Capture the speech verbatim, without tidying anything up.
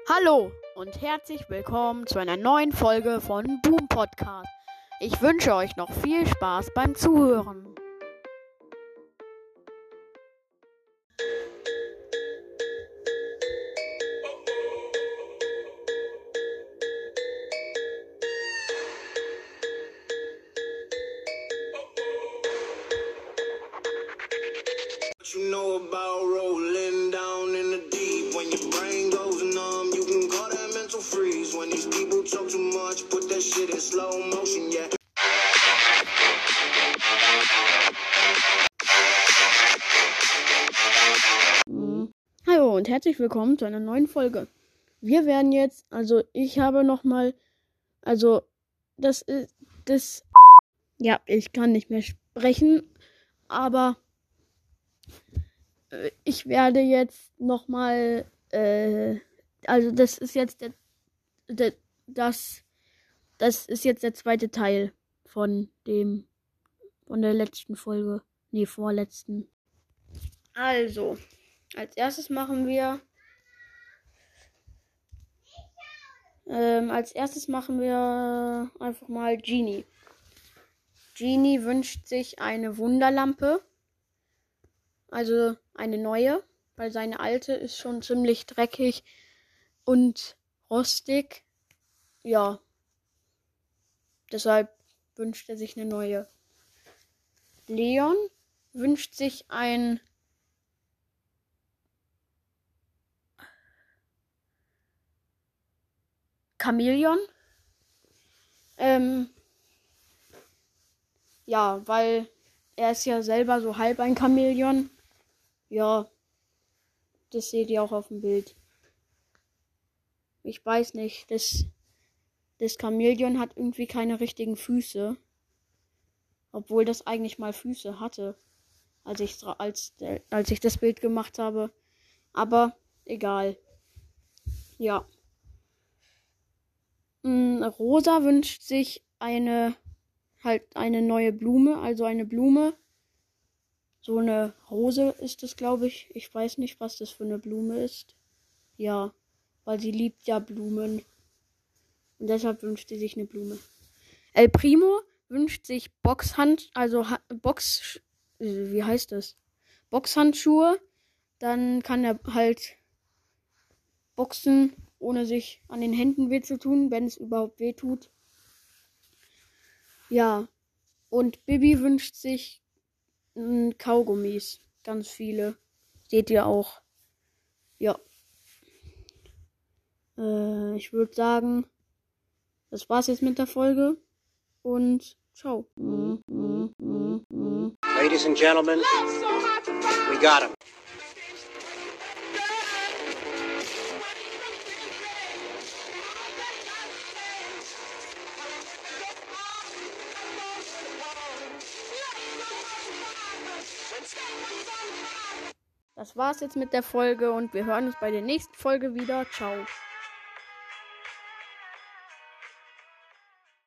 Hallo und herzlich willkommen zu einer neuen Folge von Boom Podcast. Ich wünsche euch noch viel Spaß beim Zuhören. You know about rolling down in the deep. When your brain goes numb, you can call that mental freeze. When these people talk too much, put that shit in slow motion, yeah. Hallo und herzlich willkommen zu einer neuen Folge. Wir werden jetzt, also ich habe nochmal, also das ist, das, ja, ich kann nicht mehr sprechen, aber ich werde jetzt nochmal, äh, also das ist jetzt der, der, das, das ist jetzt der zweite Teil von dem, von der letzten Folge, nee, vorletzten. Also, als erstes machen wir, ähm, als erstes machen wir einfach mal Genie. Genie wünscht sich eine Wunderlampe. Also eine neue, weil seine alte ist schon ziemlich dreckig und rostig. Ja, deshalb wünscht er sich eine neue. Leon wünscht sich ein Chamäleon. Ähm, ja, weil er ist ja selber so halb ein Chamäleon. Ja, das seht ihr auch auf dem Bild. Ich weiß nicht, das, das Chamäleon hat irgendwie keine richtigen Füße. Obwohl das eigentlich mal Füße hatte, als ich, als, als ich das Bild gemacht habe. Aber egal. Ja. Rosa wünscht sich eine, halt eine neue Blume, also eine Blume. So eine Rose ist es, glaube ich. Ich weiß nicht, was das für eine Blume ist. Ja, weil sie liebt ja Blumen. Und deshalb wünscht sie sich eine Blume. El Primo wünscht sich Boxhand, also ha- Box, wie heißt das? Boxhandschuhe. Dann kann er halt boxen, ohne sich an den Händen weh zu tun, wenn es überhaupt weh tut. Ja, und Bibi wünscht sich mh, Kaugummis. Ganz viele. Seht ihr auch. Ja. Äh, ich würde sagen, das war's jetzt mit der Folge. Und ciao. Ladies and gentlemen, we got him. Das war's jetzt mit der Folge und wir hören uns bei der nächsten Folge wieder. Ciao.